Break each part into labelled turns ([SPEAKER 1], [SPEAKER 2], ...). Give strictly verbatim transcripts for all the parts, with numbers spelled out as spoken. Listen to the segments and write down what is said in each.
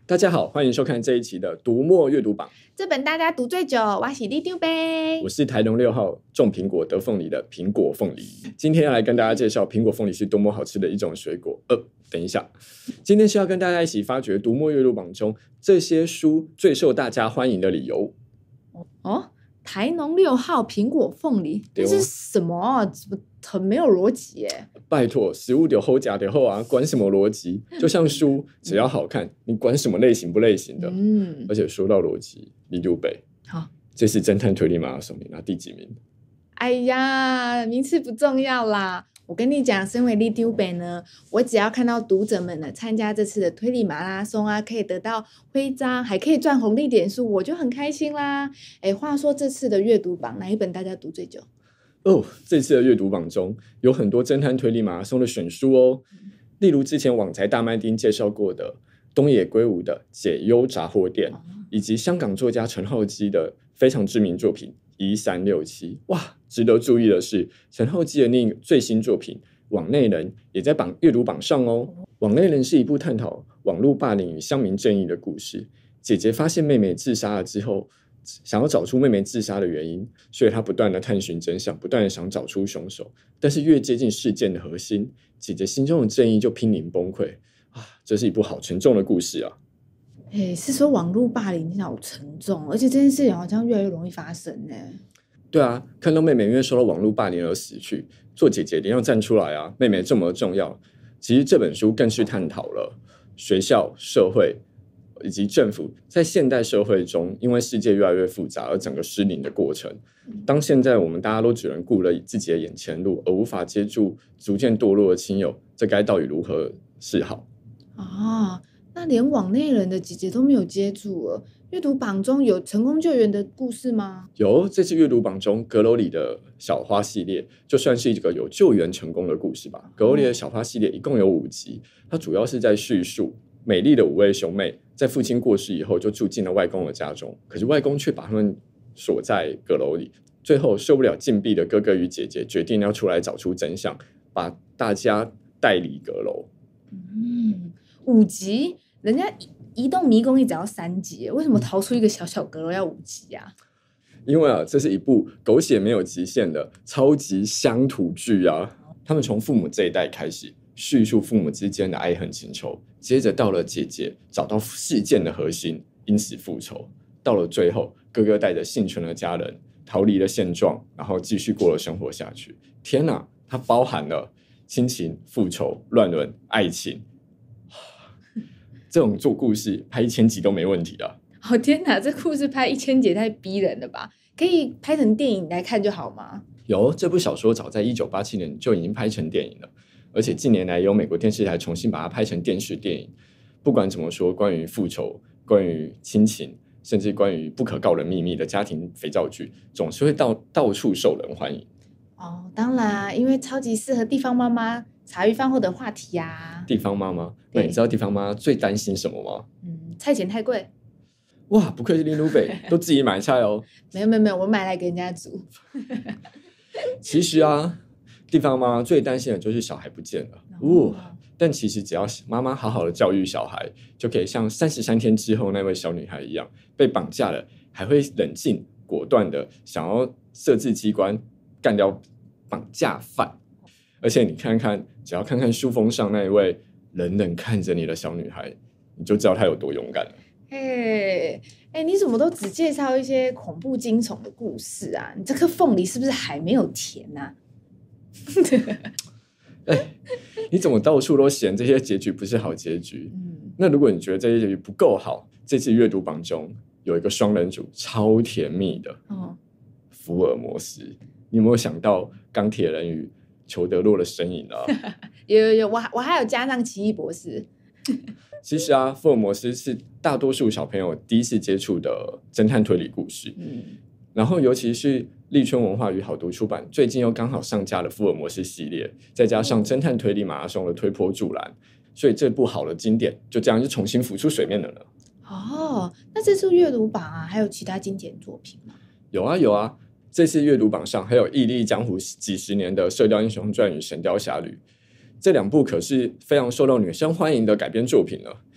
[SPEAKER 1] 大家好，欢迎收看这一期的读墨阅读榜。
[SPEAKER 2] 这本大家读最久，我是李丢呗。
[SPEAKER 1] 我是台农六号种苹果得凤梨的苹果凤梨。今天要来跟大家介绍苹果凤梨是多么好吃的一种水果。呃，等一下，今天是要跟大家一起发掘读墨阅读榜中这些书最受大家欢迎的理由。
[SPEAKER 2] 哦，台农六号苹果凤梨，这是什么啊？很没有逻辑耶！
[SPEAKER 1] 拜托，食物就好吃就好啊，管什么逻辑？就像书，只要好看，你管什么类型不类型的。嗯，而且说到逻辑，李杜北，好，这次侦探推理马拉松你拿第几名？
[SPEAKER 2] 哎呀，名次不重要啦。我跟你讲，身为李丢北呢，我只要看到读者们呢参加这次的推理马拉松啊，可以得到徽章，还可以赚红利点数，我就很开心啦。哎，话说这次的阅读榜哪一本大家读最久？
[SPEAKER 1] 哦，这次的阅读榜中有很多侦探推理马拉松的选书哦，例如之前网宅大麦町介绍过的东野圭吾的解忧杂货店，以及香港作家陈浩基的非常知名作品一三六七。哇，值得注意的是，陈浩基的另一个最新作品网内人也在榜阅读榜上哦。网内人是一部探讨网络霸凌与乡民正义的故事。姐姐发现妹妹自杀了之后，想要找出妹妹自杀的原因，所以她不断的探寻真相，不断的想找出凶手。但是越接近事件的核心，姐姐心中的正义就濒临崩溃啊！这是一部好沉重的故事啊！
[SPEAKER 2] 哎，是说网络霸凌好沉重，而且这件事情好像越来越容易发生呢。
[SPEAKER 1] 对啊，看到妹妹因为受到网络霸凌而死去，做姐姐一定要站出来啊！妹妹这么重要。其实这本书更是探讨了学校、社会以及政府在现代社会中，因为世界越来越复杂而整个失灵的过程。当现在我们大家都只能顾了自己的眼前路，而无法接住逐渐堕落的亲友，这该到底如何是好
[SPEAKER 2] 啊？那连网内人的姐姐都没有接住了。阅读榜中有成功救援的故事吗？
[SPEAKER 1] 有，这次阅读榜中阁楼里的小花系列就算是一个有救援成功的故事吧。阁楼里的小花系列一共有五集，它主要是在叙述美丽的五位兄妹在父亲过世以后就住进了外公的家中，可是外公却把他们锁在阁楼里。最后受不了禁闭的哥哥与姐姐决定要出来找出真相，把大家带离阁楼。
[SPEAKER 2] 嗯，五集，人家移动迷宫也只要三集，为什么逃出一个小小阁楼要五集啊？
[SPEAKER 1] 因为啊，这是一部狗血没有极限的超级乡土剧啊！他们从父母这一代开始叙述父母之间的爱恨情仇，接着到了姐姐找到事件的核心，因此复仇，到了最后哥哥带着幸存的家人逃离了现状，然后继续过了生活下去。天哪，它包含了亲情、复仇、乱伦、爱情，这种做故事拍一千集都没问题啊！
[SPEAKER 2] 哦天哪，这故事拍一千集太逼人了吧？可以拍成电影来看就好吗？
[SPEAKER 1] 有，这部小说早在一九八七年就已经拍成电影了，而且近年来也有美国电视台重新把它拍成电视电影。不管怎么说，关于复仇、关于亲情，甚至关于不可告人秘密的家庭肥皂剧，总是会到到处受人欢迎。
[SPEAKER 2] 哦，当然，因为超级适合地方妈妈茶余饭后的话题啊。
[SPEAKER 1] 地方妈妈，那你知道地方妈妈最担心什么吗？
[SPEAKER 2] 嗯，菜钱太贵。
[SPEAKER 1] 哇，不愧是林鲁北，都自己买菜哦。
[SPEAKER 2] 没有没有没有，我买来给人家煮。
[SPEAKER 1] 其实啊，地方妈妈最担心的就是小孩不见了。哦，但其实只要妈妈好好的教育小孩，就可以像三十三天之后那位小女孩一样，被绑架了，还会冷静果断的想要设置机关干掉绑架犯。而且你看看，只要看看书封上那一位冷冷看着你的小女孩，你就知道她有多勇敢了。
[SPEAKER 2] 哎哎，你怎么都只介绍一些恐怖惊悚的故事啊？你这颗凤梨是不是还没有甜啊？
[SPEAKER 1] 哎，你怎么到处都嫌这些结局不是好结局？嗯，那如果你觉得这些结局不够好，这次阅读榜中有一个双人组超甜蜜的，哦，福尔摩斯，你有没有想到钢铁人与裘德洛的身影啊？
[SPEAKER 2] 有有有，我我还有加上奇异博士。
[SPEAKER 1] 其实啊，福尔摩斯是大多数小朋友第一次接触的侦探推理故事。嗯，然后尤其是立春文化与好读出版最近又刚好上架了福尔摩斯系列，再加上侦探推理马拉松的推波助澜，所以这部好的经典就这样就重新浮出水面了呢。
[SPEAKER 2] 哦，那这次阅读榜啊，还有其他经典作品吗？
[SPEAKER 1] 有啊有啊，这次阅读榜上还有屹立江湖几十年的《射雕英雄传》与《神雕侠侣》，这两部可是非常受到女生欢迎的改编作品了。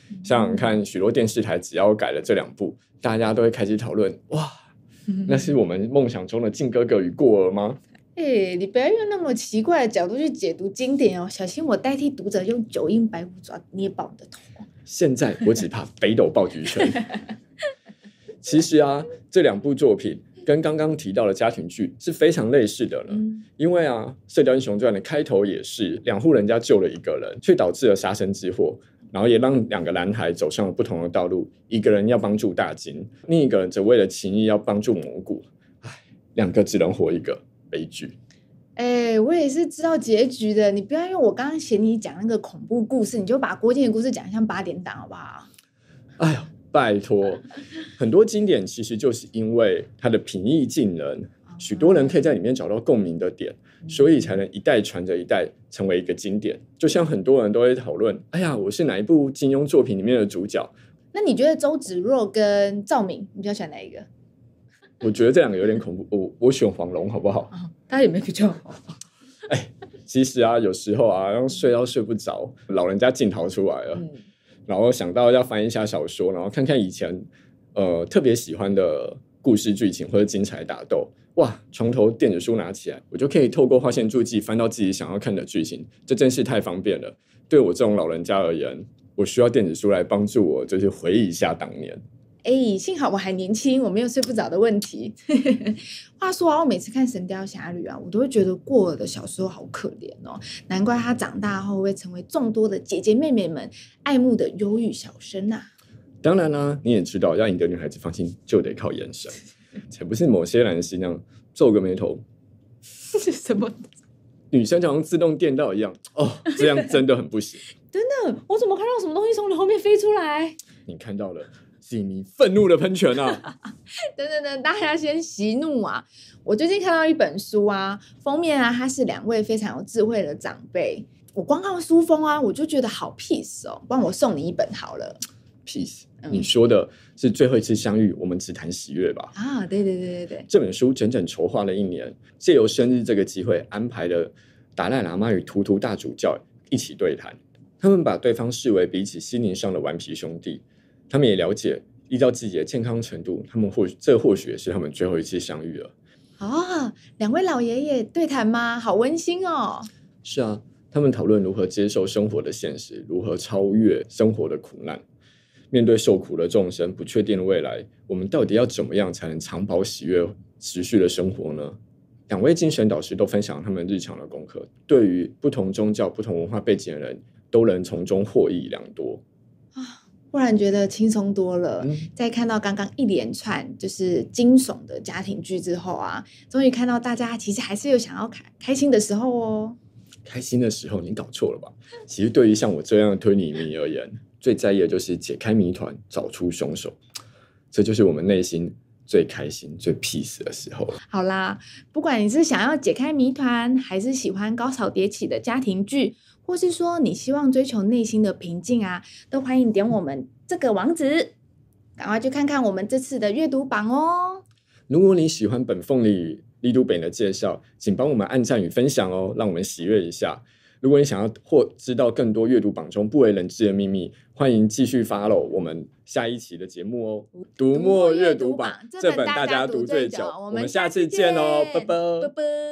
[SPEAKER 1] 像看许多电视台只要改了这两部，大家都会开始讨论，哇，那是我们梦想中的靖哥哥与过儿吗？
[SPEAKER 2] 哎、欸，你不要用那么奇怪的角度去解读经典哦，小心我代替读者用九阴白虎爪捏爆你的头。现
[SPEAKER 1] 在我只怕北斗爆菊拳。其实啊，这两部作品跟刚刚提到的家庭剧是非常类似的了、嗯、因为啊，《射雕英雄传》的开头也是两户人家救了一个人，却导致了杀身之祸，然后也让两个男孩走上了不同的道路，一个人要帮助大金，另一个人则为了情义要帮助蘑菇，唉，两个只能活一个，悲剧。
[SPEAKER 2] 哎、欸，我也是知道结局的，你不要因为我刚刚嫌你讲那个恐怖故事，你就把郭靖的故事讲像八点档好不好？
[SPEAKER 1] 哎呦，拜托，很多经典其实就是因为它的平易近人，许多人可以在里面找到共鸣的点，所以才能一代传着一代成为一个经典。就像很多人都会讨论，哎呀，我是哪一部金庸作品里面的主角？
[SPEAKER 2] 那你觉得周芷若跟赵敏，你比较喜欢哪一个？
[SPEAKER 1] 我觉得这两个有点恐怖，我我选黄蓉好不好？
[SPEAKER 2] 哦、他也没比较好。
[SPEAKER 1] 哎，其实啊，有时候啊，然后睡到睡不着，老人家劲逃出来了。嗯，然后想到要翻一下小说，然后看看以前呃特别喜欢的故事剧情或者精彩打斗，哇，床头电子书拿起来，我就可以透过划线注记翻到自己想要看的剧情，这真是太方便了。对我这种老人家而言，我需要电子书来帮助我，就是回忆一下当年。
[SPEAKER 2] 哎、欸，幸好我还年轻，我没有睡不着的问题。话说啊，我每次看《神雕侠侣》啊，我都会觉得过儿的小时候好可怜哦，难怪他长大后会成为众多的姐姐妹妹们爱慕的忧郁小生啊。
[SPEAKER 1] 当然啦、啊，你也知道，要赢得女孩子芳心，就得靠眼神，才不是某些男性那样皱个眉头。
[SPEAKER 2] 什么？
[SPEAKER 1] 女生就好像自动电到一样哦，这样真的很不行。
[SPEAKER 2] 真的，我怎么看到什么东西从你后面飞出来？
[SPEAKER 1] 你看到了。是你愤怒的喷泉啊！
[SPEAKER 2] 等等等，大家先息怒啊！我最近看到一本书啊，封面啊，它是两位非常有智慧的长辈。我光看书封啊，我就觉得好 peace 哦，不然我送你一本好了。
[SPEAKER 1] peace，、嗯、你说的是最后一次相遇，我们只谈喜悦吧？
[SPEAKER 2] 啊，对对对对对。
[SPEAKER 1] 这本书整整筹划了一年，借由生日这个机会，安排了达赖喇嘛与图图大主教一起对谈。他们把对方视为彼此心灵上的顽皮兄弟。他们也了解，依照自己的健康程度，他们或许这或许也是他们最后一次相遇了。
[SPEAKER 2] 哦，两位老爷爷对谈吗？好温馨哦。
[SPEAKER 1] 是啊，他们讨论如何接受生活的现实，如何超越生活的苦难。面对受苦的众生，不确定的未来，我们到底要怎么样才能长保喜悦、持续的生活呢？两位精神导师都分享他们日常的功课，对于不同宗教、不同文化背景的人，都能从中获益良多。
[SPEAKER 2] 忽然觉得轻松多了、嗯、在看到刚刚一连串就是惊悚的家庭剧之后啊，终于看到大家其实还是有想要开开心的时候哦。
[SPEAKER 1] 开心的时候你搞错了吧？其实对于像我这样的推理迷而言，最在意的就是解开谜团，找出凶手，这就是我们内心最开心最 peace 的时候了。
[SPEAKER 2] 好啦，不管你是想要解开谜团，还是喜欢高潮迭起的家庭剧，或是说你希望追求内心的平静啊，都欢迎点我们这个网址，赶快去看看我们这次的阅读榜哦。
[SPEAKER 1] 如果你喜欢本凤梨力读本的介绍，请帮我们按赞与分享哦，让我们喜悦一下。如果你想要或知道更多阅读榜中不为人知的秘密，欢迎继续 follow 我们下一期的节目哦。读墨阅读榜，这本大家读最久，我们下次见哦，拜拜。